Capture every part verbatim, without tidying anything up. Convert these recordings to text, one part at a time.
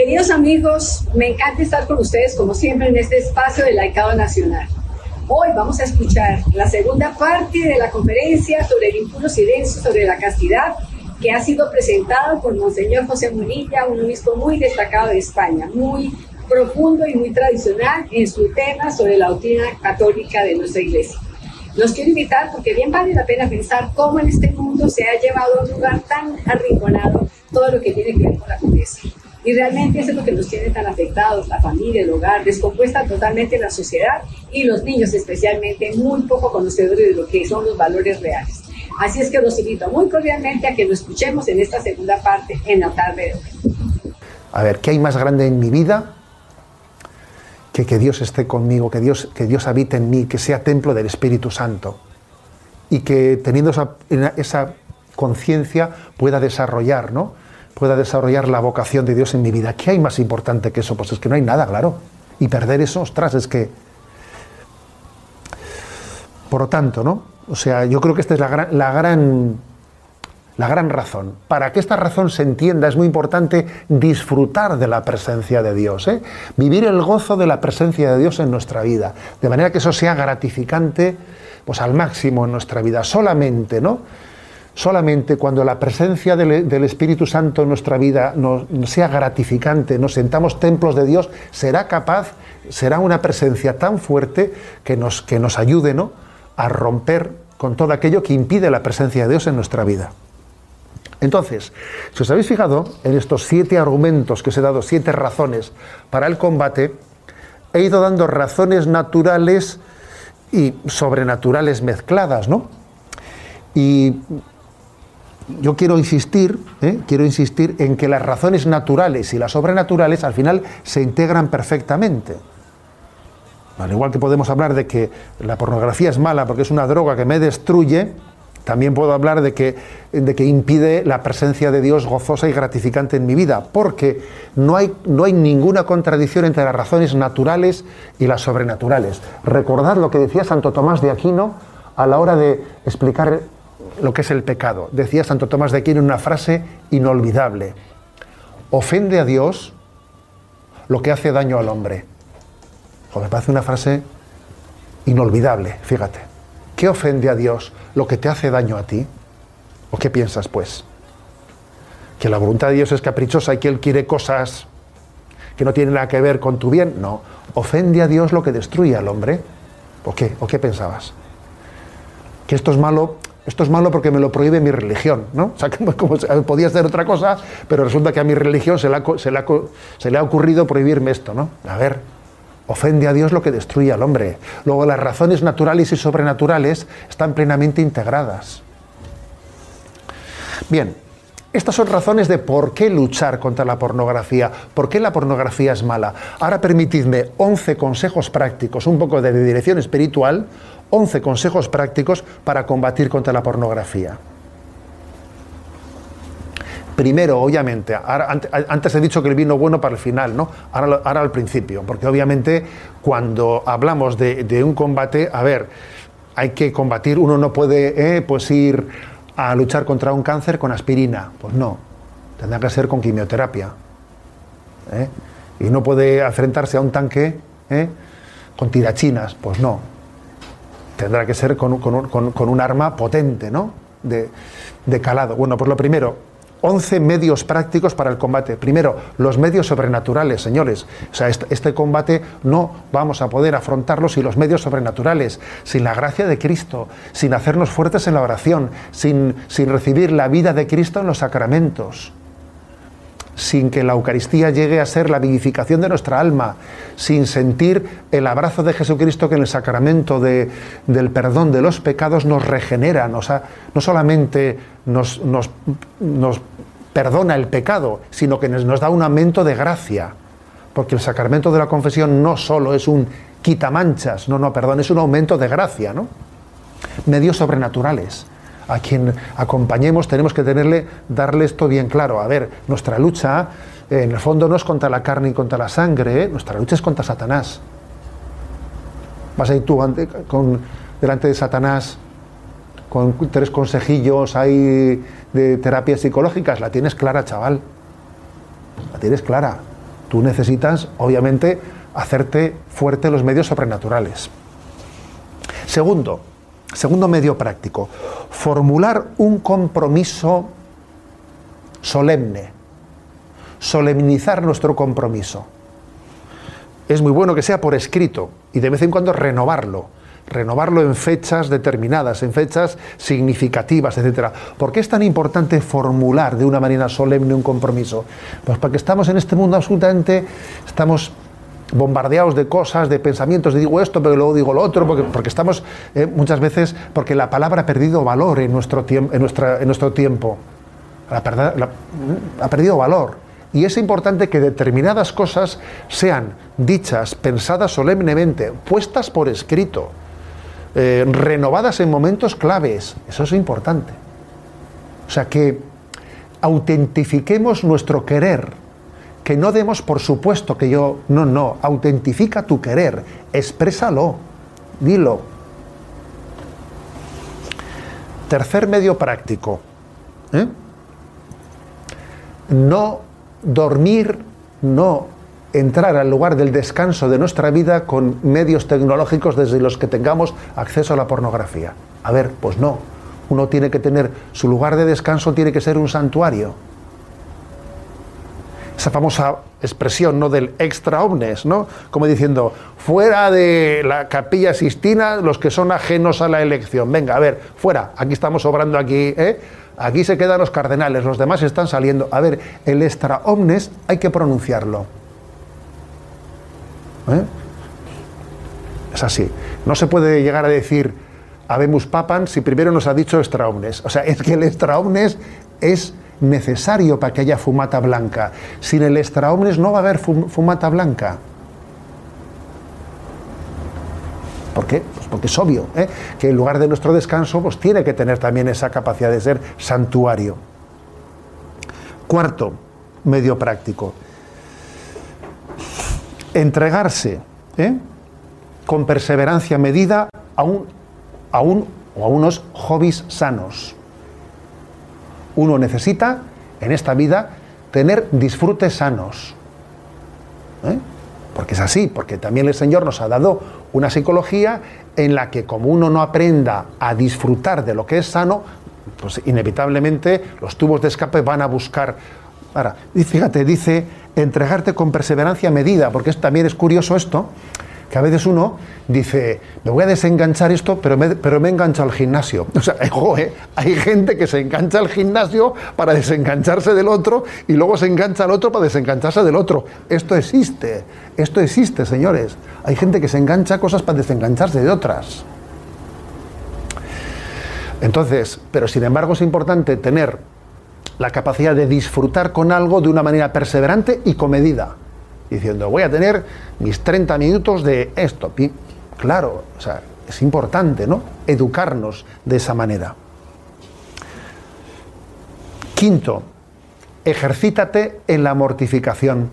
Queridos amigos, me encanta estar con ustedes como siempre en este espacio del Laicado Nacional. Hoy vamos a escuchar la segunda parte de la conferencia sobre el impuro silencio sobre la castidad, que ha sido presentado por Monseñor José Munilla, un obispo muy destacado de España, muy profundo y muy tradicional en su tema sobre la doctrina católica de nuestra Iglesia. Los quiero invitar porque bien vale la pena pensar cómo en este mundo se ha llevado a un lugar tan arrinconado todo lo que tiene que ver con la pobreza. Y realmente eso es lo que nos tiene tan afectados, la familia, el hogar, descompuesta totalmente la sociedad y los niños especialmente muy poco conocedores de lo que son los valores reales. Así es que los invito muy cordialmente a que lo escuchemos en esta segunda parte en la tarde de hoy. A ver, ¿qué hay más grande en mi vida que que Dios esté conmigo, que Dios, que Dios habite en mí, que sea templo del Espíritu Santo? Y que teniendo esa, esa conciencia pueda desarrollar, ¿no? pueda desarrollar la vocación de Dios en mi vida. ¿Qué hay más importante que eso? Pues es que no hay nada, claro. Y perder eso, ostras, es que... Por lo tanto, ¿no? O sea, yo creo que esta es la gran, la gran, la gran razón. Para que esta razón se entienda es muy importante disfrutar de la presencia de Dios, ¿eh? Vivir el gozo de la presencia de Dios en nuestra vida, de manera que eso sea gratificante, pues al máximo en nuestra vida. Solamente, ¿no? Solamente cuando la presencia del, del Espíritu Santo en nuestra vida nos, nos sea gratificante, nos sentamos templos de Dios, será capaz, será una presencia tan fuerte que nos, que nos ayude, ¿no?, a romper con todo aquello que impide la presencia de Dios en nuestra vida. Entonces, si os habéis fijado en estos siete argumentos que os he dado, siete razones para el combate, he ido dando razones naturales y sobrenaturales mezcladas, ¿no? Y yo quiero insistir, ¿eh? quiero insistir en que las razones naturales y las sobrenaturales al final se integran perfectamente. Al igual que podemos hablar de que la pornografía es mala porque es una droga que me destruye, también puedo hablar de que, de que impide la presencia de Dios gozosa y gratificante en mi vida, porque no hay, no hay ninguna contradicción entre las razones naturales y las sobrenaturales. Recordad lo que decía Santo Tomás de Aquino a la hora de explicar lo que es el pecado. Decía Santo Tomás de Aquino en una frase inolvidable: ofende a Dios lo que hace daño al hombre. O me parece una frase inolvidable, fíjate. ¿Qué ofende a Dios? ¿Lo que te hace daño a ti? ¿O qué piensas, pues? ¿Que la voluntad de Dios es caprichosa y que Él quiere cosas que no tienen nada que ver con tu bien? No. ¿Ofende a Dios lo que destruye al hombre? ¿O qué? ¿O qué pensabas? ¿Que esto es malo? Esto es malo porque me lo prohíbe mi religión, ¿no? O sea, como, como podía ser otra cosa, pero resulta que a mi religión se le, ha, se, le ha, se le ha ocurrido prohibirme esto, ¿no? A ver, ofende a Dios lo que destruye al hombre. Luego, las razones naturales y sobrenaturales están plenamente integradas. Bien, estas son razones de por qué luchar contra la pornografía, por qué la pornografía es mala. Ahora permitidme once consejos prácticos, un poco de dirección espiritual, once consejos prácticos para combatir contra la pornografía. Primero, obviamente, ahora, antes he dicho que el vino bueno para el final, ¿no? Ahora, ahora al principio, porque obviamente cuando hablamos de, de un combate, a ver, hay que combatir, uno no puede eh, pues ir a luchar contra un cáncer con aspirina, pues no, tendrá que ser con quimioterapia, ¿eh? Y no puede enfrentarse a un tanque ¿eh? con tirachinas, pues no, tendrá que ser con, con, con, con un arma potente, ¿no? De, de calado. Bueno, pues lo primero, once medios prácticos para el combate. Primero, los medios sobrenaturales, señores. O sea, este, este combate no vamos a poder afrontarlo sin los medios sobrenaturales, sin la gracia de Cristo, sin hacernos fuertes en la oración, sin, sin recibir la vida de Cristo en los sacramentos, sin que la Eucaristía llegue a ser la vivificación de nuestra alma, sin sentir el abrazo de Jesucristo que en el sacramento de, del perdón de los pecados nos regenera, nos ha, no solamente nos, nos, nos perdona el pecado, sino que nos, nos da un aumento de gracia, porque el sacramento de la confesión no solo es un quitamanchas, no, no, perdón, es un aumento de gracia, ¿no? Medios sobrenaturales. A quien acompañemos tenemos que tenerle, darle esto bien claro. A ver, nuestra lucha eh, en el fondo no es contra la carne y contra la sangre, ¿eh? Nuestra lucha es contra Satanás. Vas a ir tú ante, con, delante de Satanás con tres consejillos ahí de terapias psicológicas, la tienes clara, chaval, la tienes clara. tú necesitas, obviamente, hacerte fuerte los medios sobrenaturales. Segundo, segundo medio práctico, formular un compromiso solemne, solemnizar nuestro compromiso. Es muy bueno que sea por escrito y de vez en cuando renovarlo, renovarlo en fechas determinadas, en fechas significativas, etcétera. ¿Por qué es tan importante formular de una manera solemne un compromiso? Pues porque estamos en este mundo absolutamente, estamos bombardeados de cosas, de pensamientos, de digo esto, pero luego digo lo otro, porque, porque estamos eh, muchas veces, porque la palabra ha perdido valor en nuestro, tiemp- en nuestra, en nuestro tiempo, la, perda- la, ha perdido valor. Y es importante que determinadas cosas sean dichas, pensadas solemnemente, puestas por escrito, eh, renovadas en momentos claves. Eso es importante. O sea, que autentifiquemos nuestro querer, que no demos por supuesto que yo... No, no, autentifica tu querer, exprésalo, dilo. Tercer medio práctico. ¿eh? No dormir, no entrar al lugar del descanso de nuestra vida con medios tecnológicos desde los que tengamos acceso a la pornografía. A ver, pues no. Uno tiene que tener, su lugar de descanso tiene que ser un santuario. Esa famosa expresión, ¿no?, del extra omnes, ¿no? Como diciendo, fuera de la Capilla Sixtina los que son ajenos a la elección. Venga, a ver, fuera, aquí estamos obrando aquí, ¿eh? Aquí se quedan los cardenales, los demás están saliendo. A ver, el extra omnes hay que pronunciarlo. ¿Eh? Es así. No se puede llegar a decir habemus papam si primero nos ha dicho extra omnes. O sea, es que el extra omnes es necesario para que haya fumata blanca. Sin el extra omnes no va a haber fum- fumata blanca. ¿Por qué? Pues porque es obvio, ¿eh? que el lugar de nuestro descanso pues, tiene que tener también esa capacidad de ser santuario. Cuarto medio práctico. Entregarse ¿eh? con perseverancia medida a un, a un o a unos hobbies sanos. Uno necesita en esta vida tener disfrutes sanos. ¿Eh? Porque es así, porque también el Señor nos ha dado una psicología en la que como uno no aprenda a disfrutar de lo que es sano, pues inevitablemente los tubos de escape van a buscar. Ahora, fíjate, dice entregarte con perseverancia medida, porque es, también es curioso esto, que a veces uno dice, me voy a desenganchar esto, pero me, pero me engancho al gimnasio. O sea, joder, hay gente que se engancha al gimnasio para desengancharse del otro y luego se engancha al otro para desengancharse del otro. Esto existe, esto existe, señores. Hay gente que se engancha a cosas para desengancharse de otras. Entonces, pero sin embargo es importante tener la capacidad de disfrutar con algo de una manera perseverante y comedida. Diciendo, voy a tener mis treinta minutos de esto. Claro, o sea, es importante, ¿no?, educarnos de esa manera. Quinto, ejercítate en la mortificación.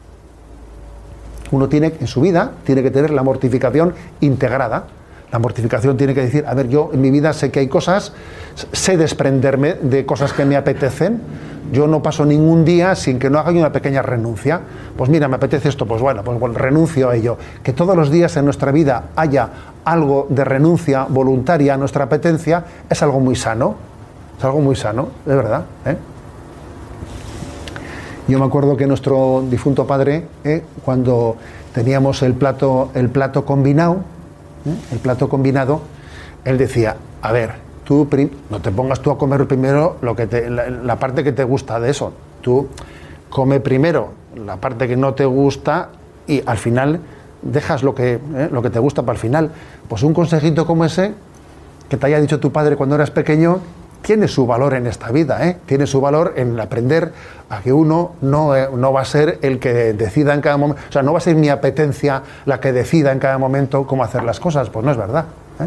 Uno tiene, en su vida, tiene que tener la mortificación integrada. La mortificación tiene que decir, a ver, yo en mi vida sé que hay cosas, sé desprenderme de cosas que me apetecen. Yo no paso ningún día sin que no haga una pequeña renuncia. Pues mira, me apetece esto, pues bueno, pues bueno, renuncio a ello. Que todos los días en nuestra vida haya algo de renuncia voluntaria a nuestra apetencia, es algo muy sano. Es algo muy sano, de verdad. ¿eh? Yo me acuerdo que nuestro difunto padre, ¿eh? cuando teníamos el plato, el plato combinado, ¿eh? el plato combinado, él decía, a ver, tú prim- no te pongas tú a comer primero lo que te, la, la parte que te gusta de eso. Tú come primero la parte que no te gusta y al final dejas lo que, ¿eh? lo que te gusta para el final. Pues un consejito como ese que te haya dicho tu padre cuando eras pequeño tiene su valor en esta vida, ¿eh? Tiene su valor en aprender a que uno no, eh, no va a ser el que decida en cada momento, o sea, no va a ser mi apetencia la que decida en cada momento cómo hacer las cosas. Pues no es verdad, ¿eh?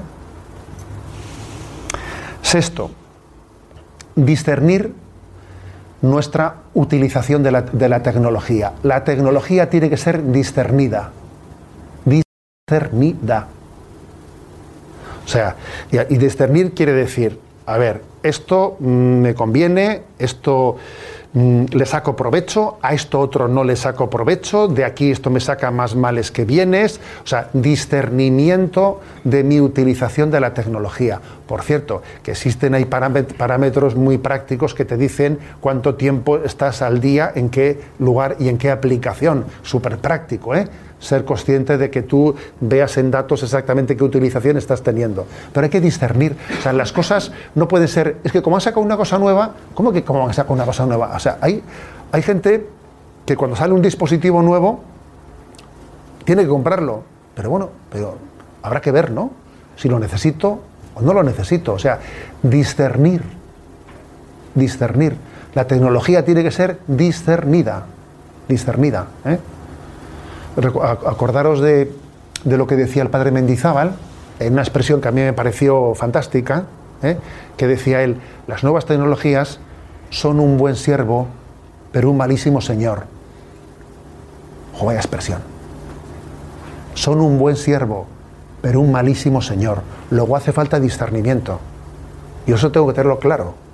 Sexto, discernir nuestra utilización de la, de la tecnología. La tecnología tiene que ser discernida. Discernida. O sea, y, y discernir quiere decir, a ver, esto me conviene, esto le saco provecho, a esto otro no le saco provecho, de aquí esto me saca más males que bienes, o sea, discernimiento de mi utilización de la tecnología. Por cierto, que existen ahí parámetros muy prácticos que te dicen cuánto tiempo estás al día, en qué lugar y en qué aplicación. Súper práctico, ¿eh? Ser consciente de que tú veas en datos exactamente qué utilización estás teniendo. Pero hay que discernir. O sea, las cosas no pueden ser... Es que como han sacado una cosa nueva, ¿cómo que como han sacado una cosa nueva? O sea, hay, hay gente que cuando sale un dispositivo nuevo tiene que comprarlo. Pero bueno, pero habrá que ver, ¿no? Si lo necesito o no lo necesito. O sea, discernir. Discernir. La tecnología tiene que ser discernida. Discernida, ¿eh? Acordaros de, de lo que decía el padre Mendizábal, en una expresión que a mí me pareció fantástica, ¿eh? Que decía él: las nuevas tecnologías son un buen siervo, pero un malísimo señor. ¡Jo, vaya expresión! Son un buen siervo, pero un malísimo señor. Luego hace falta discernimiento. Y eso tengo que tenerlo claro.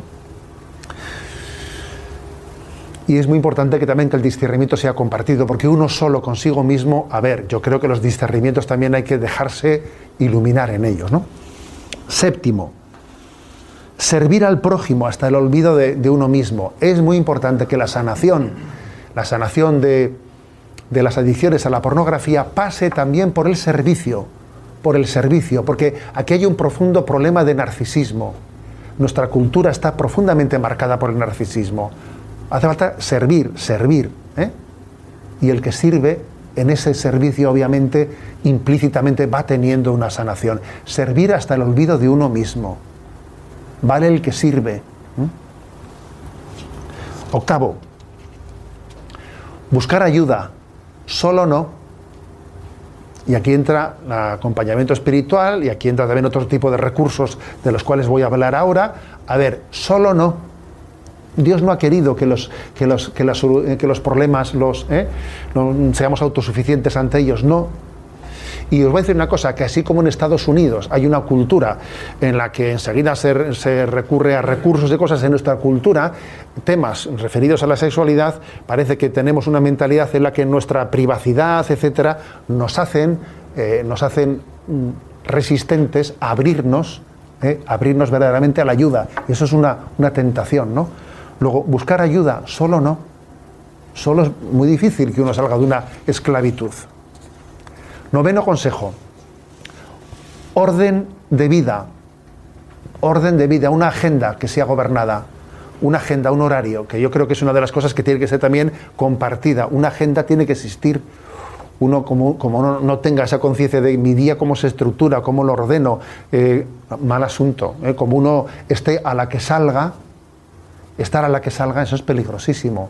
Y es muy importante que también que el discernimiento sea compartido, porque uno solo consigo mismo, a ver, yo creo que los discernimientos también hay que dejarse iluminar en ellos, ¿no? Séptimo, servir al prójimo hasta el olvido de, de uno mismo. Es muy importante que la sanación, la sanación de, de las adicciones a la pornografía pase también por el servicio, por el servicio, porque aquí hay un profundo problema de narcisismo. Nuestra cultura está profundamente marcada por el narcisismo. Hace falta servir, servir, ¿eh? Y el que sirve, en ese servicio obviamente, implícitamente va teniendo una sanación. Servir hasta el olvido de uno mismo. Vale el que sirve. ¿eh? Octavo, buscar ayuda, solo no. Y aquí entra el acompañamiento espiritual y aquí entra también otro tipo de recursos de los cuales voy a hablar ahora. A ver, solo no. Dios no ha querido que los, que los, que las, que los problemas los, ¿eh? no seamos autosuficientes ante ellos, no. Y os voy a decir una cosa, que así como en Estados Unidos hay una cultura en la que enseguida se, se recurre a recursos de cosas, en nuestra cultura, temas referidos a la sexualidad, parece que tenemos una mentalidad en la que nuestra privacidad, etcétera, nos hacen, eh, nos hacen resistentes a abrirnos, eh, abrirnos verdaderamente a la ayuda. Y eso es una, una tentación, ¿no? Luego, buscar ayuda, solo no. Solo es muy difícil que uno salga de una esclavitud. Noveno consejo. Orden de vida. Orden de vida, una agenda que sea gobernada. Una agenda, un horario, que yo creo que es una de las cosas que tiene que ser también compartida. Una agenda tiene que existir. Uno, como, como no, no tenga esa conciencia de mi día, cómo se estructura, cómo lo ordeno, eh, mal asunto. Eh, como uno esté a la que salga, estar a la que salga, eso es peligrosísimo.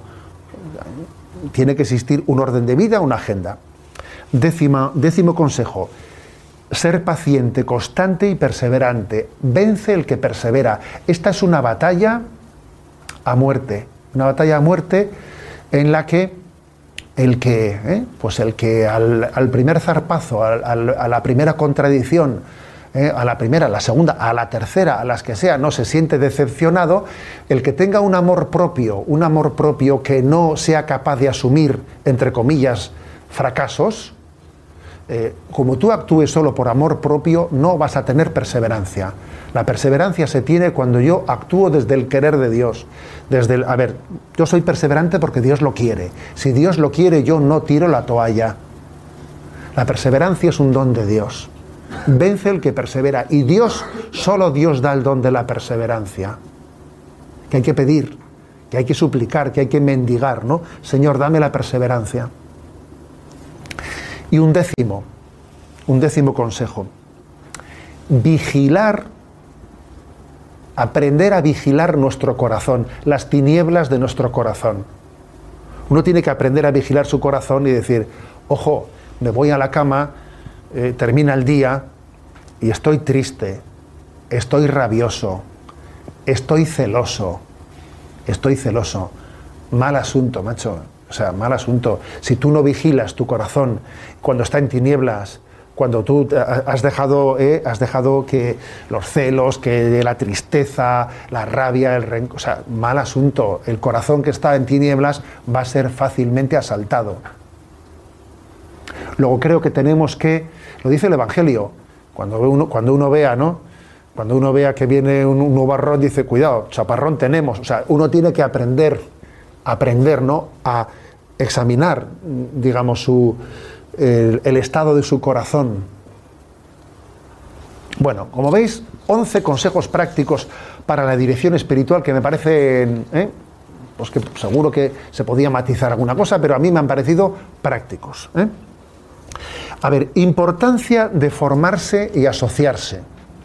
Tiene que existir un orden de vida, una agenda. Décima, décimo consejo. Ser paciente, constante y perseverante. Vence el que persevera. Esta es una batalla a muerte. Una batalla a muerte en la que el que, eh, pues el que al, al primer zarpazo, al, al, a la primera contradicción, Eh, a la primera, a la segunda, a la tercera, a las que sea, no se siente decepcionado, el que tenga un amor propio, un amor propio que no sea capaz de asumir, entre comillas, fracasos, eh, como tú actúes solo por amor propio, no vas a tener perseverancia. La perseverancia se tiene cuando yo actúo desde el querer de Dios. Desde el, a ver, yo soy perseverante porque Dios lo quiere. Si Dios lo quiere, yo no tiro la toalla. La perseverancia es un don de Dios. Vence el que persevera. Y Dios, solo Dios da el don de la perseverancia. Que hay que pedir, que hay que suplicar, que hay que mendigar, ¿no? Señor, dame la perseverancia. Y un décimo, un décimo consejo. Vigilar, aprender a vigilar nuestro corazón, las tinieblas de nuestro corazón. Uno tiene que aprender a vigilar su corazón y decir, ojo, me voy a la cama, Eh, termina el día y estoy triste, estoy rabioso, estoy celoso, estoy celoso. Mal asunto, macho, o sea, mal asunto. Si tú no vigilas tu corazón cuando está en tinieblas, cuando tú has dejado, eh, has dejado que los celos, que la tristeza, la rabia, el rencor, o sea, mal asunto, el corazón que está en tinieblas va a ser fácilmente asaltado. Luego creo que tenemos que, lo dice el Evangelio, cuando uno, cuando uno vea, ¿no? Cuando uno vea que viene un, un nubarrón, dice, cuidado, chaparrón tenemos. O sea, uno tiene que aprender, aprender, ¿no? A examinar, digamos, su... El, el estado de su corazón. Bueno, como veis, once consejos prácticos para la dirección espiritual que me parecen, ¿eh? pues que seguro que se podía matizar alguna cosa, pero a mí me han parecido prácticos, ¿eh? A ver, importancia de formarse y asociarse.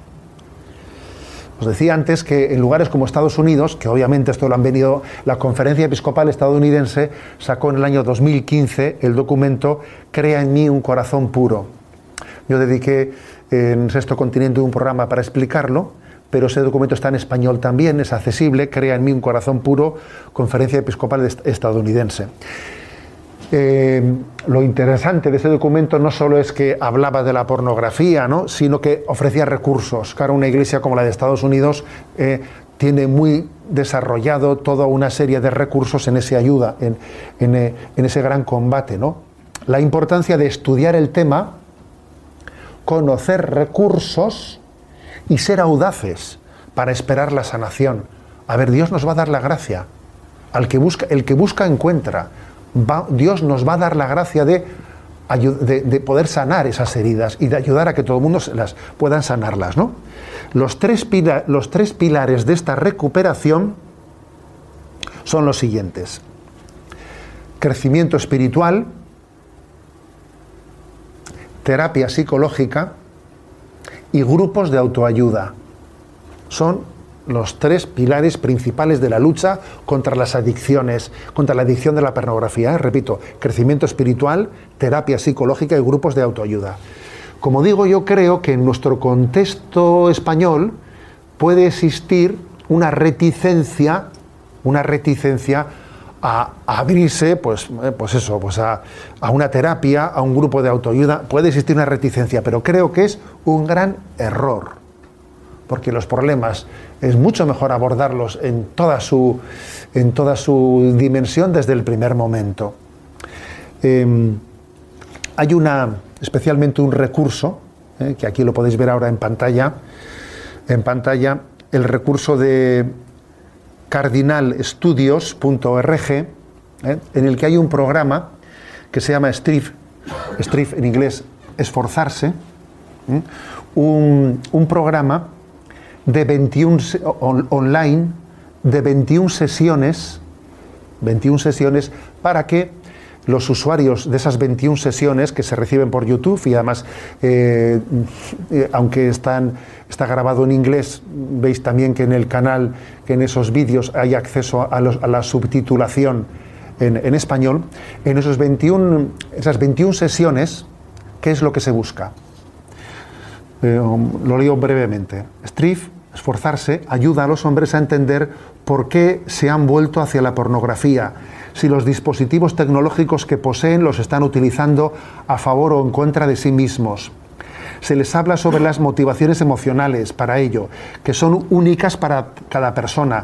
Os decía antes que en lugares como Estados Unidos, que obviamente esto lo han venido, la Conferencia Episcopal Estadounidense sacó en el año dos mil quince el documento Crea en mí un corazón puro. Yo dediqué en Sexto Continente un programa para explicarlo, pero ese documento está en español también, es accesible, Crea en mí un corazón puro, Conferencia Episcopal Estadounidense. Eh, lo interesante de ese documento no solo es que hablaba de la pornografía, ¿no? sino que ofrecía recursos. Claro, una iglesia como la de Estados Unidos eh, tiene muy desarrollado toda una serie de recursos en esa ayuda, en, en, eh, en ese gran combate, ¿no? La importancia de estudiar el tema, conocer recursos y ser audaces para esperar la sanación. A ver, Dios nos va a dar la gracia. Al que busca, el que busca encuentra. Va, Dios nos va a dar la gracia de, de, de poder sanar esas heridas y de ayudar a que todo el mundo las puedan sanarlas, ¿no? Los tres, pila, los tres pilares de esta recuperación son los siguientes: crecimiento espiritual, terapia psicológica y grupos de autoayuda. Son los tres pilares principales de la lucha contra las adicciones, contra la adicción de la pornografía. ¿eh? Repito, crecimiento espiritual, terapia psicológica y grupos de autoayuda. Como digo, yo creo que en nuestro contexto español puede existir una reticencia, una reticencia a, a abrirse, pues, eh, pues eso, pues a, a una terapia, a un grupo de autoayuda. Puede existir una reticencia, pero creo que es un gran error. Porque los problemas es mucho mejor abordarlos en toda su, en toda su dimensión desde el primer momento. Eh, hay una, especialmente un recurso, eh, que aquí lo podéis ver ahora en pantalla, en pantalla, el recurso de cardinal studios punto org, eh, en el que hay un programa que se llama Strive, Strive en inglés, esforzarse, eh, un, un programa de veintiún on, online de veintiún sesiones, veintiún sesiones para que los usuarios de esas veintiún sesiones que se reciben por YouTube y además, eh, eh, aunque están, está grabado en inglés, veis también que en el canal, que en esos vídeos hay acceso a, los, a la subtitulación en, en español. En esos veintiún, esas veintiún sesiones, ¿qué es lo que se busca? Eh, lo leo brevemente. Strive, esforzarse, ayuda a los hombres a entender por qué se han vuelto hacia la pornografía, si los dispositivos tecnológicos que poseen los están utilizando a favor o en contra de sí mismos. Se les habla sobre las motivaciones emocionales para ello, que son únicas para cada persona,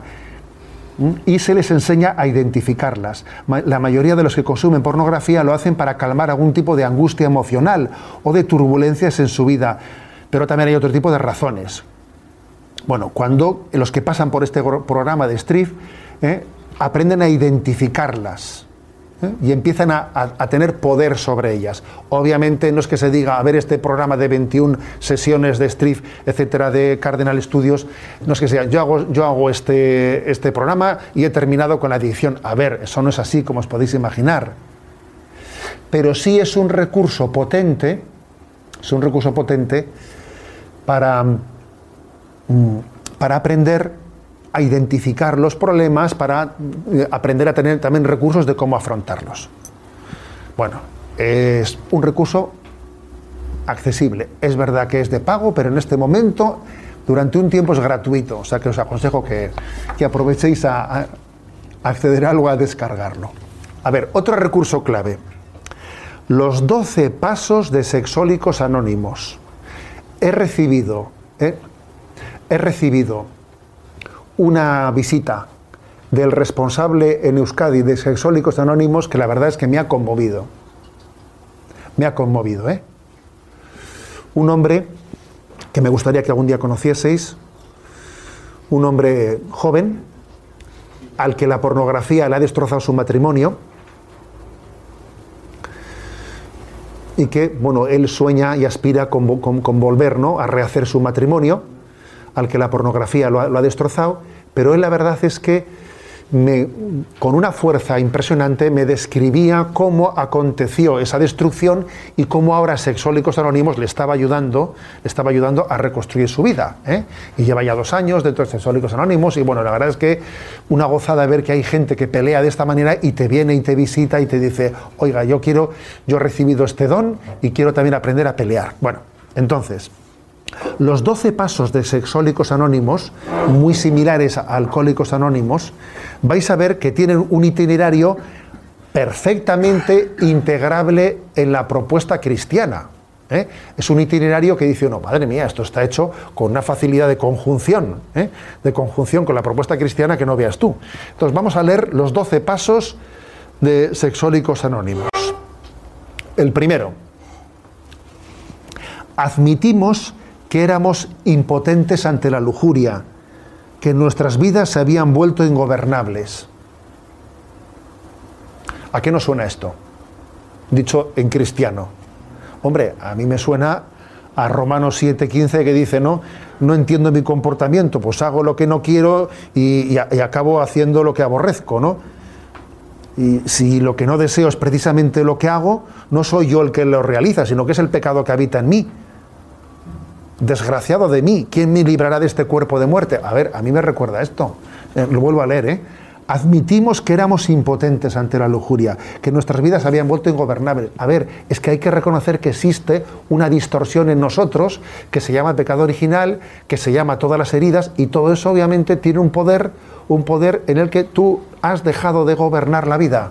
y se les enseña a identificarlas. La mayoría de los que consumen pornografía lo hacen para calmar algún tipo de angustia emocional o de turbulencias en su vida, pero también hay otro tipo de razones. Bueno, cuando los que pasan por este programa de Strive eh, aprenden a identificarlas eh, y empiezan a, a, a tener poder sobre ellas. Obviamente no es que se diga, a ver, este programa de veintiún sesiones de Strive, etcétera, de Cardinal Studios, no es que sea, yo hago, yo hago este, este programa y he terminado con la adicción. A ver, eso no es así como os podéis imaginar. Pero sí es un recurso potente, es un recurso potente para... para aprender a identificar los problemas, para aprender a tener también recursos de cómo afrontarlos. Bueno, es un recurso accesible. Es verdad que es de pago, pero en este momento, durante un tiempo es gratuito. O sea que os aconsejo que, que aprovechéis a, a acceder a algo, a descargarlo. A ver, otro recurso clave. Los doce pasos de Sexólicos Anónimos. He recibido, eh, he recibido una visita del responsable en Euskadi de Sexólicos Anónimos que la verdad es que me ha conmovido. Me ha conmovido, ¿eh? Un hombre que me gustaría que algún día conocieseis, un hombre joven, al que la pornografía le ha destrozado su matrimonio, y que, bueno, él sueña y aspira con, con, con volver, ¿no?, a rehacer su matrimonio, al que la pornografía lo ha, lo ha destrozado, pero él la verdad es que me, con una fuerza impresionante me describía cómo aconteció esa destrucción y cómo ahora Sexólicos Anónimos le estaba ayudando, le estaba ayudando a reconstruir su vida, ¿eh? Y lleva ya dos años dentro de Sexólicos Anónimos y bueno, la verdad es que una gozada ver que hay gente que pelea de esta manera y te viene y te visita y te dice, oiga, yo quiero, yo he recibido este don y quiero también aprender a pelear. Bueno, entonces, los doce pasos de Sexólicos Anónimos, muy similares a Alcohólicos Anónimos, vais a ver que tienen un itinerario perfectamente integrable en la propuesta cristiana, ¿eh? Es un itinerario que dice uno, madre mía, esto está hecho con una facilidad de conjunción, ¿eh? de conjunción con la propuesta cristiana que no veas tú. Entonces vamos a leer los doce pasos de Sexólicos Anónimos. El primero, admitimos que éramos impotentes ante la lujuria, que nuestras vidas se habían vuelto ingobernables. ¿A qué nos suena esto? Dicho en cristiano. Hombre, a mí me suena a Romanos siete quince que dice, no, no entiendo mi comportamiento, pues hago lo que no quiero y, y, y acabo haciendo lo que aborrezco, ¿no? Y si lo que no deseo es precisamente lo que hago, no soy yo el que lo realiza, sino que es el pecado que habita en mí. Desgraciado de mí, ¿quién me librará de este cuerpo de muerte? A ver, a mí me recuerda esto, eh, lo vuelvo a leer, ¿eh? Admitimos que éramos impotentes ante la lujuria, que nuestras vidas se habían vuelto ingobernables. A ver, es que hay que reconocer que existe una distorsión en nosotros que se llama pecado original, que se llama todas las heridas, y todo eso obviamente tiene un poder, un poder en el que tú has dejado de gobernar la vida.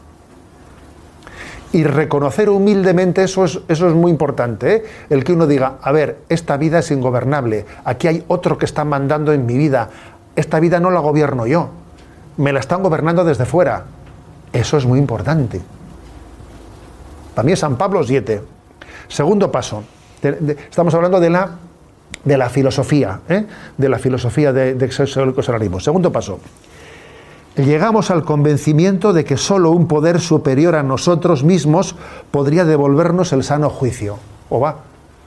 Y reconocer humildemente eso es, eso es muy importante, ¿eh? El que uno diga, a ver, esta vida es ingobernable, aquí hay otro que está mandando en mi vida, esta vida no la gobierno yo, me la están gobernando desde fuera. Eso es muy importante. Para mí es San Pablo siete. Segundo paso, de, de, estamos hablando de la, de la filosofía, ¿eh? de la filosofía de, de Sexólicos Anónimos. Segundo paso. Llegamos al convencimiento de que solo un poder superior a nosotros mismos podría devolvernos el sano juicio. ¿O va?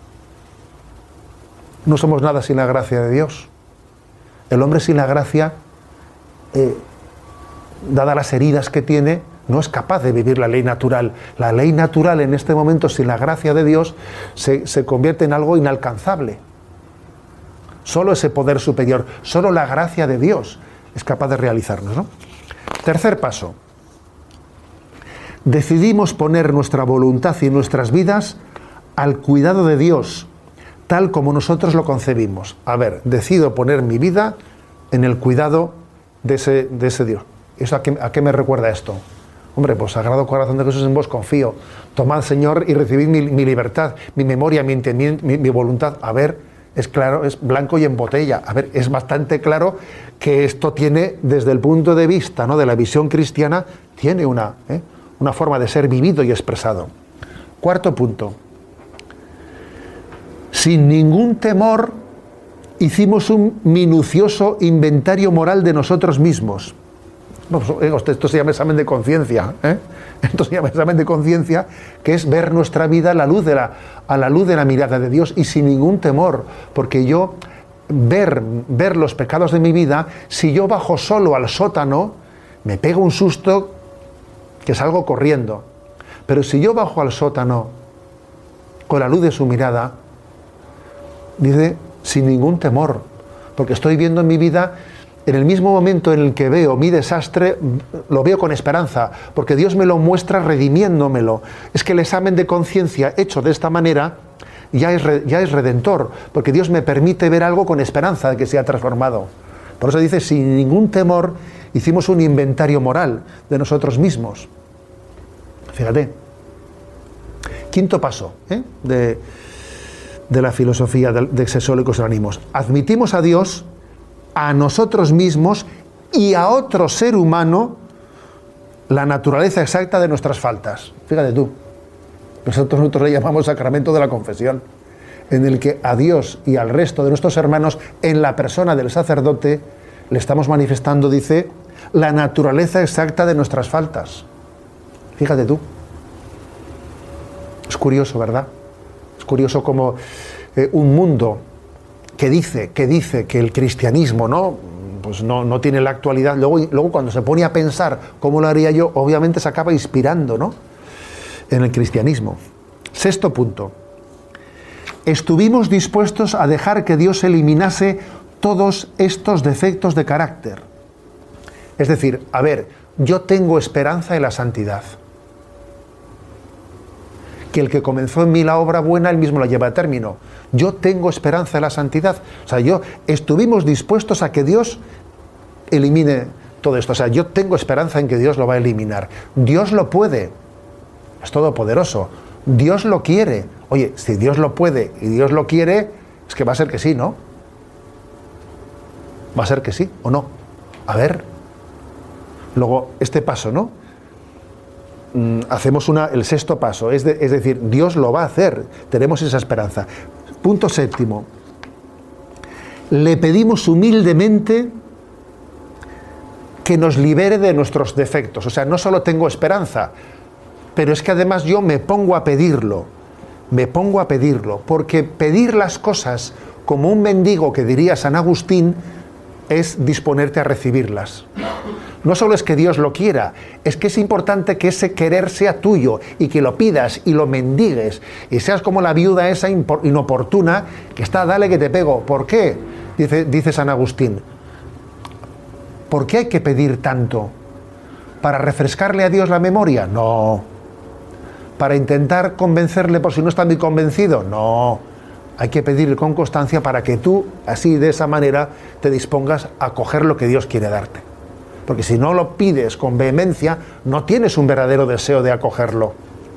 No somos nada sin la gracia de Dios. El hombre sin la gracia, eh, dadas las heridas que tiene, no es capaz de vivir la ley natural. La ley natural en este momento, sin la gracia de Dios, se, se convierte en algo inalcanzable. Solo ese poder superior, solo la gracia de Dios es capaz de realizarnos, ¿no? Tercer paso. Decidimos poner nuestra voluntad y nuestras vidas al cuidado de Dios, tal como nosotros lo concebimos. A ver, decido poner mi vida en el cuidado de ese, de ese Dios. ¿Eso a qué, a qué me recuerda esto? Hombre, pues Sagrado Corazón de Jesús, en vos confío. Tomad, Señor, y recibid mi, mi libertad, mi memoria, mi entendimiento, mi, mi voluntad. A ver, es claro, es blanco y en botella. A ver, es bastante claro que esto tiene, desde el punto de vista, ¿no?, de la visión cristiana, tiene una, ¿eh? una forma de ser vivido y expresado. Cuarto punto. Sin ningún temor, hicimos un minucioso inventario moral de nosotros mismos. Esto se llama examen de conciencia, ¿eh? Esto se llama examen de conciencia, que es ver nuestra vida a la luz de la, a la luz de la mirada de Dios y sin ningún temor, porque yo ver, ver los pecados de mi vida, si yo bajo solo al sótano, me pego un susto que salgo corriendo. Pero si yo bajo al sótano con la luz de su mirada, dice, sin ningún temor, porque estoy viendo en mi vida, en el mismo momento en el que veo mi desastre, lo veo con esperanza, porque Dios me lo muestra redimiéndomelo. Es que el examen de conciencia hecho de esta manera ya es, ya es redentor, porque Dios me permite ver algo con esperanza de que sea transformado. Por eso dice, sin ningún temor, hicimos un inventario moral de nosotros mismos. Fíjate. Quinto paso, ¿eh? de, de la filosofía de, de Sexólicos Anónimos. Admitimos a Dios, a nosotros mismos y a otro ser humano la naturaleza exacta de nuestras faltas. Fíjate tú, nosotros, nosotros le llamamos sacramento de la confesión, en el que a Dios y al resto de nuestros hermanos, en la persona del sacerdote, le estamos manifestando, dice, la naturaleza exacta de nuestras faltas. Fíjate tú. Es curioso, ¿verdad? Es curioso como eh, un mundo que dice, que dice que el cristianismo, ¿no? Pues no, no tiene la actualidad. Luego, luego cuando se pone a pensar cómo lo haría yo, obviamente se acaba inspirando, ¿no? En el cristianismo. Sexto punto. Estuvimos dispuestos a dejar que Dios eliminase todos estos defectos de carácter. Es decir, a ver, yo tengo esperanza en la santidad. Que el que comenzó en mí la obra buena, él mismo la lleva a término. Yo tengo esperanza en la santidad. O sea, yo estuvimos dispuestos a que Dios elimine todo esto. O sea, yo tengo esperanza en que Dios lo va a eliminar. Dios lo puede. Es todopoderoso. Dios lo quiere. Oye, si Dios lo puede y Dios lo quiere, es que va a ser que sí, ¿no? Va a ser que sí o no. A ver. Luego, este paso, ¿no? Mm, hacemos una, el sexto paso, es, de, es decir, Dios lo va a hacer. Tenemos esa esperanza. Punto séptimo. Le pedimos humildemente que nos libere de nuestros defectos. O sea, no solo tengo esperanza, pero es que además yo me pongo a pedirlo. Me pongo a pedirlo, porque pedir las cosas como un mendigo, que diría San Agustín, es disponerte a recibirlas. No solo es que Dios lo quiera, es que es importante que ese querer sea tuyo y que lo pidas y lo mendigues y seas como la viuda esa inoportuna que está, dale que te pego. ¿Por qué? Dice, dice San Agustín. ¿Por qué hay que pedir tanto? ¿Para refrescarle a Dios la memoria? No. ¿Para intentar convencerle por si no está muy convencido? No. Hay que pedirle con constancia para que tú, así de esa manera, te dispongas a coger lo que Dios quiere darte. Porque si no lo pides con vehemencia, no tienes un verdadero deseo de acogerlo.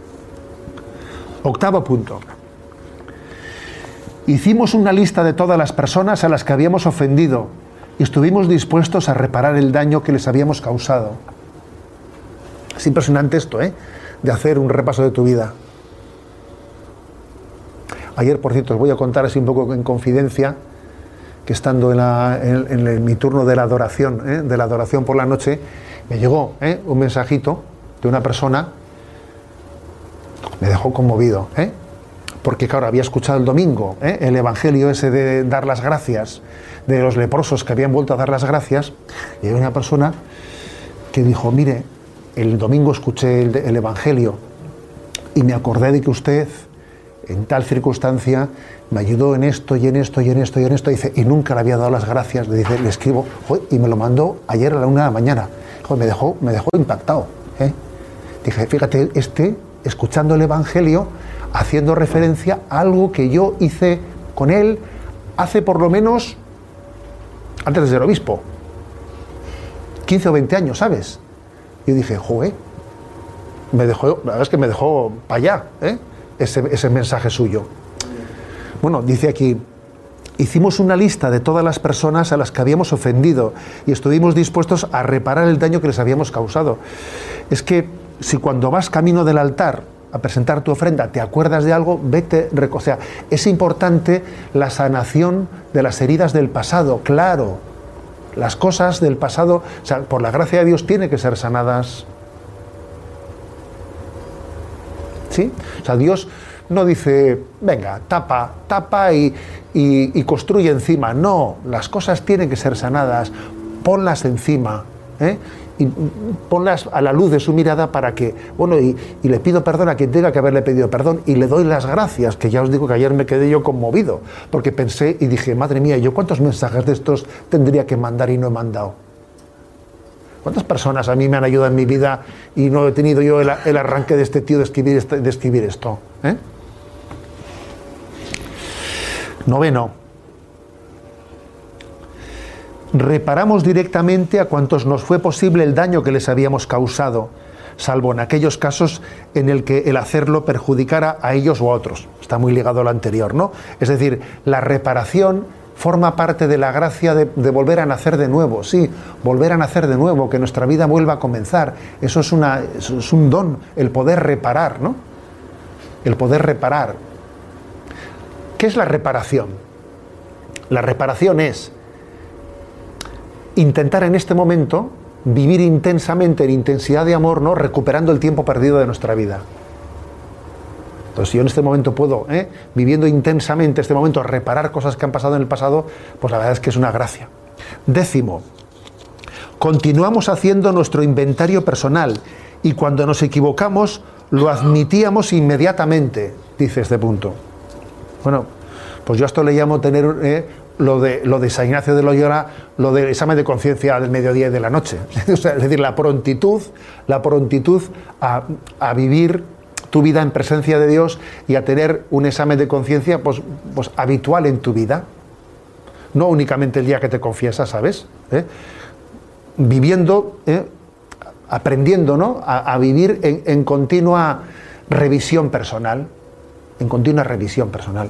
Octavo punto. Hicimos una lista de todas las personas a las que habíamos ofendido y estuvimos dispuestos a reparar el daño que les habíamos causado. Es impresionante esto, ¿eh? De hacer un repaso de tu vida. Ayer, por cierto, os voy a contar así un poco en confidencia, que estando en, la, en, en, en mi turno de la adoración, ¿eh? de la adoración por la noche, me llegó ¿eh? un mensajito de una persona, me dejó conmovido, ¿eh? porque claro, había escuchado el domingo ¿eh? el evangelio ese de dar las gracias, de los leprosos que habían vuelto a dar las gracias, y hay una persona que dijo, mire, el domingo escuché el, el evangelio y me acordé de que usted en tal circunstancia me ayudó en esto y en esto y en esto y en esto, dice, y nunca le había dado las gracias, le, dice, le escribo, y me lo mandó ayer a la una de la mañana. Joder, me dejó, me dejó impactado. ¿eh? Dije, fíjate, este, escuchando el evangelio, haciendo referencia a algo que yo hice con él hace por lo menos, antes de ser obispo, quince o veinte años, ¿sabes? Y dije, joder, me dejó, la verdad es que me dejó para allá, ¿eh? ese, ese mensaje suyo. Bueno, dice aquí, hicimos una lista de todas las personas a las que habíamos ofendido y estuvimos dispuestos a reparar el daño que les habíamos causado. Es que si cuando vas camino del altar a presentar tu ofrenda te acuerdas de algo, vete, o sea, es importante la sanación de las heridas del pasado, claro. Las cosas del pasado, o sea, por la gracia de Dios, tienen que ser sanadas. ¿Sí? O sea, Dios no dice, venga, tapa, tapa y, y, y construye encima. No, las cosas tienen que ser sanadas. Ponlas encima, ¿eh? Y ponlas a la luz de su mirada para que, bueno, y, y le pido perdón a quien tenga que haberle pedido perdón y le doy las gracias, que ya os digo que ayer me quedé yo conmovido, porque pensé y dije, madre mía, ¿yo cuántos mensajes de estos tendría que mandar y no he mandado? ¿Cuántas personas a mí me han ayudado en mi vida y no he tenido yo el, el arranque de este tío de escribir, este, de escribir esto? ¿eh? Noveno. Reparamos directamente a cuantos nos fue posible el daño que les habíamos causado, salvo en aquellos casos en el que el hacerlo perjudicara a ellos o a otros. Está muy ligado a lo anterior, ¿no? Es decir, la reparación forma parte de la gracia de, de volver a nacer de nuevo, sí, volver a nacer de nuevo, que nuestra vida vuelva a comenzar. Eso es, una, eso es un don, el poder reparar, ¿no? El poder reparar. ¿Qué es la reparación? La reparación es intentar en este momento vivir intensamente, en intensidad de amor, ¿no? Recuperando el tiempo perdido de nuestra vida. Entonces, si yo en este momento puedo, ¿eh? viviendo intensamente este momento, reparar cosas que han pasado en el pasado, pues la verdad es que es una gracia. Décimo, continuamos haciendo nuestro inventario personal y cuando nos equivocamos lo admitíamos inmediatamente, dice este punto. Bueno, pues yo a esto le llamo tener eh, lo, de, lo de San Ignacio de Loyola, lo del examen de conciencia del mediodía y de la noche. O sea, es decir, la prontitud, la prontitud a, a vivir tu vida en presencia de Dios y a tener un examen de conciencia pues, pues habitual en tu vida. No únicamente el día que te confiesas, ¿sabes? ¿Eh? Viviendo, ¿eh? aprendiendo, ¿no? a, a vivir en, en continua revisión personal. En continua revisión personal.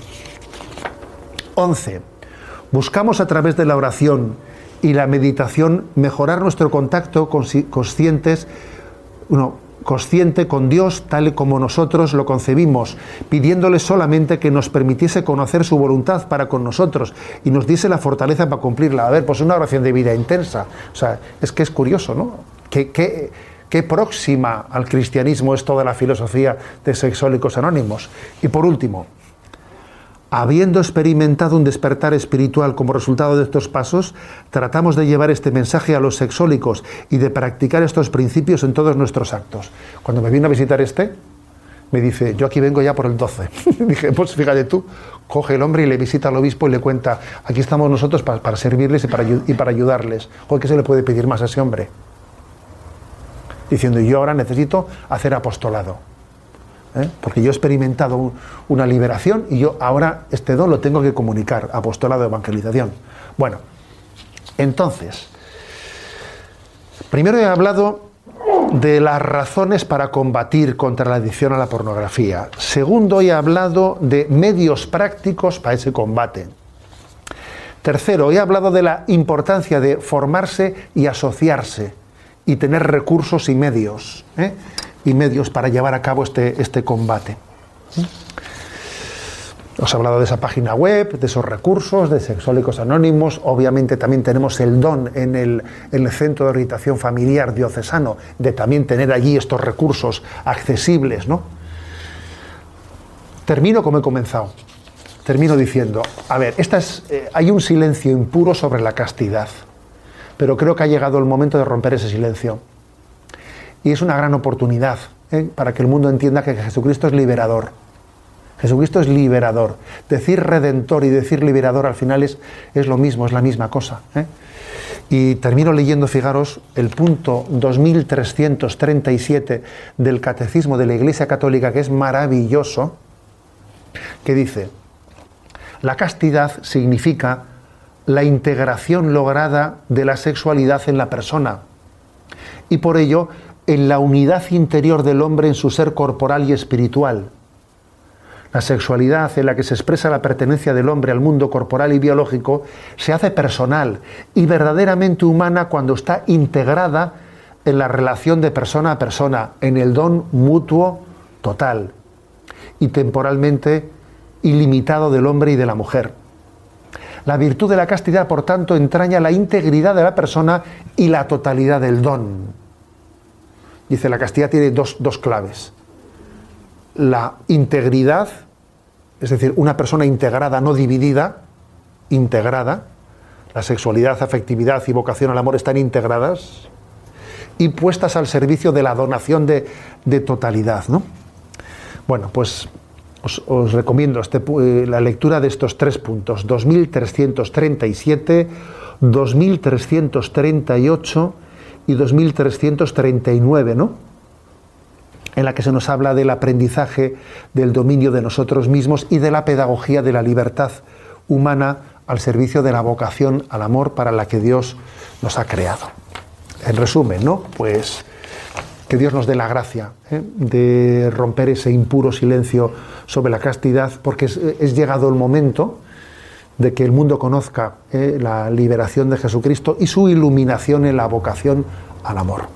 once. Buscamos a través de la oración y la meditación mejorar nuestro contacto conscientes, no, consciente con Dios tal y como nosotros lo concebimos, pidiéndole solamente que nos permitiese conocer su voluntad para con nosotros y nos diese la fortaleza para cumplirla. A ver, pues una oración de vida intensa. O sea, es que es curioso, ¿no? ¿Qué, qué, qué próxima al cristianismo es toda la filosofía de Sexólicos Anónimos? Y por último, habiendo experimentado un despertar espiritual como resultado de estos pasos, tratamos de llevar este mensaje a los sexólicos y de practicar estos principios en todos nuestros actos. Cuando me vino a visitar este, me dice, yo aquí vengo ya por el doce. Dije, pues fíjate tú, coge el hombre y le visita al obispo y le cuenta, aquí estamos nosotros para, para servirles y para, y para ayudarles. Joder, ¿qué se le puede pedir más a ese hombre? Diciendo, yo ahora necesito hacer apostolado. ¿Eh? Porque yo he experimentado un, una liberación y yo ahora este don lo tengo que comunicar, apostolado de evangelización. Bueno, entonces, primero he hablado de las razones para combatir contra la adicción a la pornografía. Segundo, he hablado de medios prácticos para ese combate. Tercero, he hablado de la importancia de formarse y asociarse y tener recursos y medios, ¿eh? y medios para llevar a cabo este, este combate. Os he hablado de esa página web, de esos recursos, de Sexólicos Anónimos. Obviamente también tenemos el don en el, en el Centro de Orientación Familiar Diocesano de también tener allí estos recursos accesibles, ¿no? Termino como he comenzado. Termino diciendo, a ver, esta es, eh, hay un silencio impuro sobre la castidad, pero creo que ha llegado el momento de romper ese silencio. Y es una gran oportunidad ¿eh? para que el mundo entienda que Jesucristo es liberador. Jesucristo es liberador. Decir redentor y decir liberador al final es, es lo mismo, es la misma cosa. ¿eh? Y termino leyendo, fijaros, el punto dos mil trescientos treinta y siete del Catecismo de la Iglesia Católica, que es maravilloso, que dice, la castidad significa la integración lograda de la sexualidad en la persona y por ello en la unidad interior del hombre en su ser corporal y espiritual. La sexualidad en la que se expresa la pertenencia del hombre al mundo corporal y biológico se hace personal y verdaderamente humana cuando está integrada en la relación de persona a persona, en el don mutuo total y temporalmente ilimitado del hombre y de la mujer. La virtud de la castidad, por tanto, entraña la integridad de la persona y la totalidad del don. Dice, la castidad tiene dos, dos claves. La integridad, es decir, una persona integrada, no dividida, integrada. La sexualidad, afectividad y vocación al amor están integradas y puestas al servicio de la donación de, de totalidad, ¿no? Bueno, pues os, os recomiendo este, eh, la lectura de estos tres puntos, dos mil trescientos treinta y siete, dos mil trescientos treinta y ocho y dos mil trescientos treinta y nueve, ¿no? En la que se nos habla del aprendizaje del dominio de nosotros mismos y de la pedagogía de la libertad humana al servicio de la vocación al amor para la que Dios nos ha creado. En resumen, ¿no? Pues que Dios nos dé la gracia ¿eh? de romper ese impuro silencio sobre la castidad, porque es, es llegado el momento de que el mundo conozca ¿eh? la liberación de Jesucristo y su iluminación en la vocación al amor.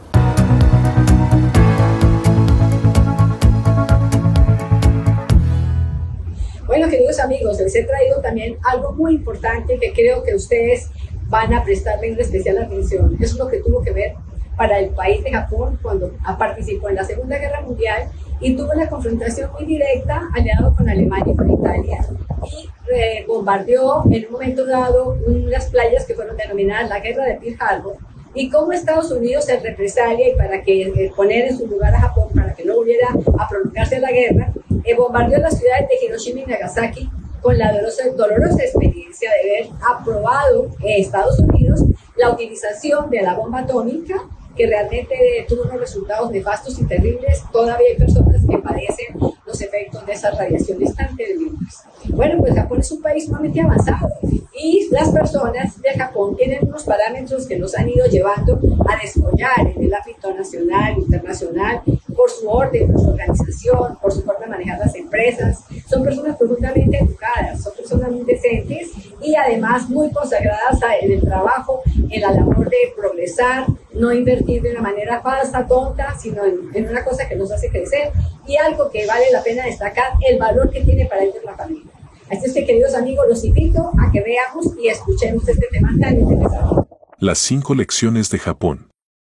Bueno, queridos amigos, les he traído también algo muy importante que creo que ustedes van a prestarle una especial atención. Eso es lo que tuvo que ver para el país de Japón cuando participó en la Segunda Guerra Mundial y tuvo una confrontación muy directa aliado con Alemania y con Italia y eh, bombardeó en un momento dado unas playas que fueron denominadas la Guerra de Pearl Harbor, y cómo Estados Unidos en represalia y para que eh, poner en su lugar a Japón para que no volviera a prolongarse la guerra, eh, bombardeó las ciudades de Hiroshima y Nagasaki con la dolorosa, dolorosa experiencia de haber aprobado en Estados Unidos la utilización de la bomba atómica, que realmente tuvo unos resultados nefastos y terribles. Todavía hay personas que padecen los efectos de esas radiaciones tan terribles. Bueno, pues Japón es un país sumamente avanzado y las personas de Japón tienen unos parámetros que los han ido llevando a descollar en el ámbito nacional, internacional, por su orden, por su organización, por su forma de manejar las empresas. Son personas profundamente educadas, son personas muy decentes y además muy consagradas en el trabajo, en la labor de progresar, no invertir de una manera falsa, tonta, sino en, en una cosa que nos hace crecer y algo que vale la pena destacar, el valor que tiene para ellos la familia. Así es que, queridos amigos, los invito a que veamos y escuchemos este tema tan interesante. Las cinco lecciones de Japón.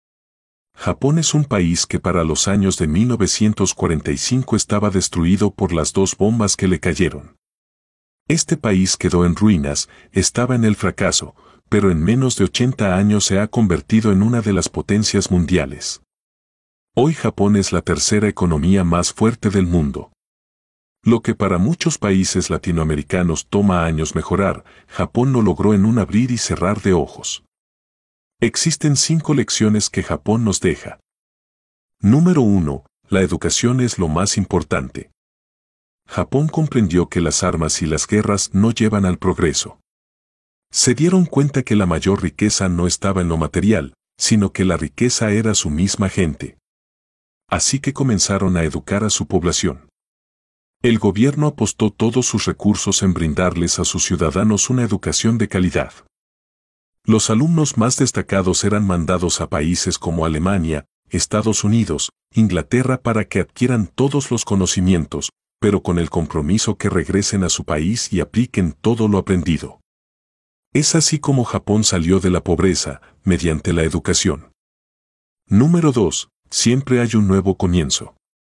Japón es un país que para los años de mil novecientos cuarenta y cinco estaba destruido por las dos bombas que le cayeron. Este país quedó en ruinas, estaba en el fracaso, pero en menos de ochenta años se ha convertido en una de las potencias mundiales. Hoy Japón es la tercera economía más fuerte del mundo. Lo que para muchos países latinoamericanos toma años mejorar, Japón lo logró en un abrir y cerrar de ojos. Existen cinco lecciones que Japón nos deja. Número uno. La educación es lo más importante. Japón comprendió que las armas y las guerras no llevan al progreso. Se dieron cuenta que la mayor riqueza no estaba en lo material, sino que la riqueza era su misma gente. Así que comenzaron a educar a su población. El gobierno apostó todos sus recursos en brindarles a sus ciudadanos una educación de calidad. Los alumnos más destacados eran mandados a países como Alemania, Estados Unidos, Inglaterra para que adquieran todos los conocimientos, pero con el compromiso que regresen a su país y apliquen todo lo aprendido. Es así como Japón salió de la pobreza, mediante la educación. Número dos. Siempre hay un nuevo comienzo.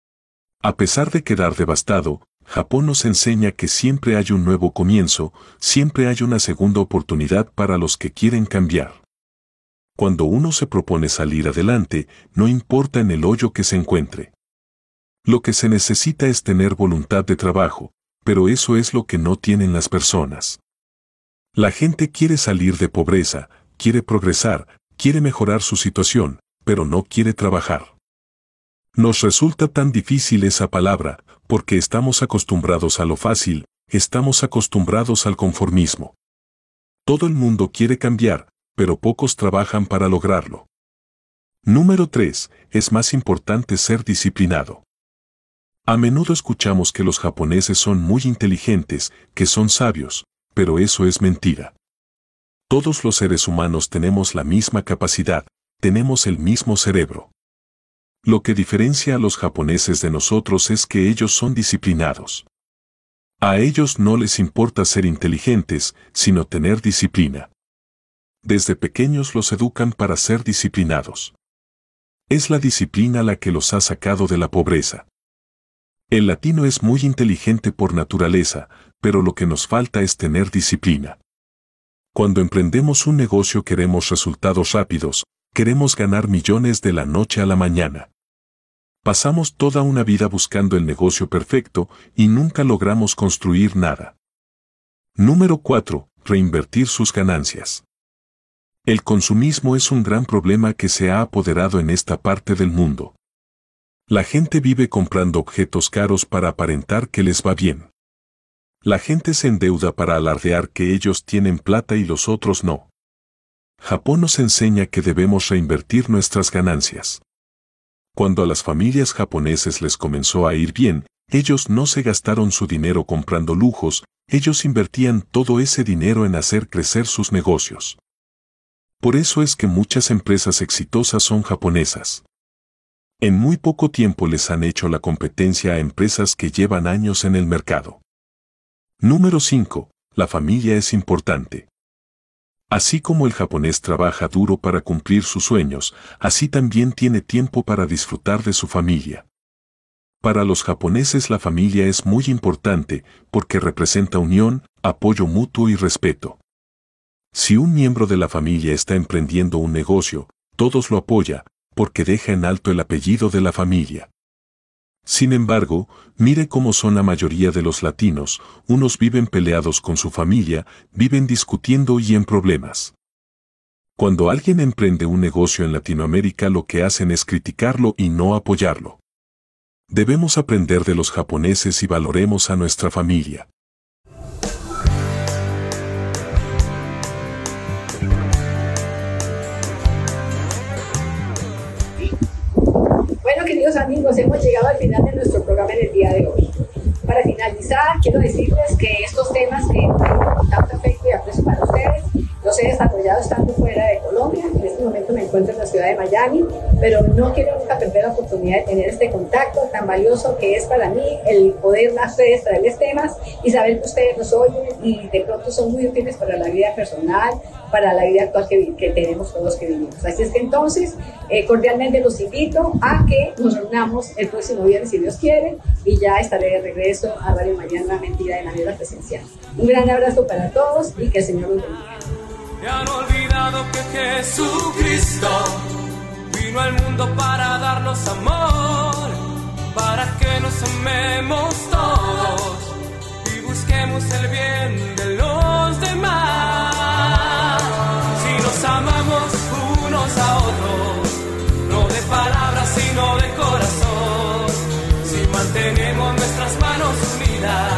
A pesar de quedar devastado, Japón nos enseña que siempre hay un nuevo comienzo, siempre hay una segunda oportunidad para los que quieren cambiar. Cuando uno se propone salir adelante, no importa en el hoyo que se encuentre. Lo que se necesita es tener voluntad de trabajo, pero eso es lo que no tienen las personas. La gente quiere salir de pobreza, quiere progresar, quiere mejorar su situación, pero no quiere trabajar. Nos resulta tan difícil esa palabra, porque estamos acostumbrados a lo fácil, estamos acostumbrados al conformismo. Todo el mundo quiere cambiar, pero pocos trabajan para lograrlo. Número tres. Es más importante ser disciplinado. A menudo escuchamos que los japoneses son muy inteligentes, que son sabios, pero eso es mentira. Todos los seres humanos tenemos la misma capacidad, tenemos el mismo cerebro. Lo que diferencia a los japoneses de nosotros es que ellos son disciplinados. A ellos no les importa ser inteligentes, sino tener disciplina. Desde pequeños los educan para ser disciplinados. Es la disciplina la que los ha sacado de la pobreza. El latino es muy inteligente por naturaleza, pero lo que nos falta es tener disciplina. Cuando emprendemos un negocio queremos resultados rápidos, queremos ganar millones de la noche a la mañana. Pasamos toda una vida buscando el negocio perfecto y nunca logramos construir nada. Número cuatro. Reinvertir sus ganancias. El consumismo es un gran problema que se ha apoderado en esta parte del mundo. La gente vive comprando objetos caros para aparentar que les va bien. La gente se endeuda para alardear que ellos tienen plata y los otros no. Japón nos enseña que debemos reinvertir nuestras ganancias. Cuando a las familias japoneses les comenzó a ir bien, ellos no se gastaron su dinero comprando lujos, ellos invertían todo ese dinero en hacer crecer sus negocios. Por eso es que muchas empresas exitosas son japonesas. En muy poco tiempo les han hecho la competencia a empresas que llevan años en el mercado. Número cinco. La familia es importante. Así como el japonés trabaja duro para cumplir sus sueños, así también tiene tiempo para disfrutar de su familia. Para los japoneses la familia es muy importante porque representa unión, apoyo mutuo y respeto. Si un miembro de la familia está emprendiendo un negocio, todos lo apoyan, porque deja en alto el apellido de la familia. Sin embargo, mire cómo son la mayoría de los latinos, unos viven peleados con su familia, viven discutiendo y en problemas. Cuando alguien emprende un negocio en Latinoamérica lo que hacen es criticarlo y no apoyarlo. Debemos aprender de los japoneses y valoremos a nuestra familia. Bueno, queridos amigos, hemos llegado al final de nuestro programa en el día de hoy. Para finalizar, quiero decirles que estos temas que tengo con tanto afecto y aprecio para ustedes, los he desarrollado estando fuera de Colombia. En este momento me encuentro en la ciudad de Miami, pero no quiero nunca perder la oportunidad de tener este contacto tan valioso que es para mí el poder a ustedes traerles temas y saber que ustedes nos oyen y de pronto son muy útiles para la vida personal, para la vida actual que, que tenemos todos los que vivimos. Así es que entonces, eh, cordialmente los invito a que nos reunamos el próximo viernes, si Dios quiere, y ya estaré de regreso a Radio María nuevamente de manera presencial. Un gran abrazo para todos y que el Señor los bendiga. Me han olvidado que Jesucristo vino al mundo para darnos amor, para que nos amemos todos y busquemos el bien de los demás. Si nos amamos unos a otros, no de palabras sino de corazón, si mantenemos nuestras manos unidas,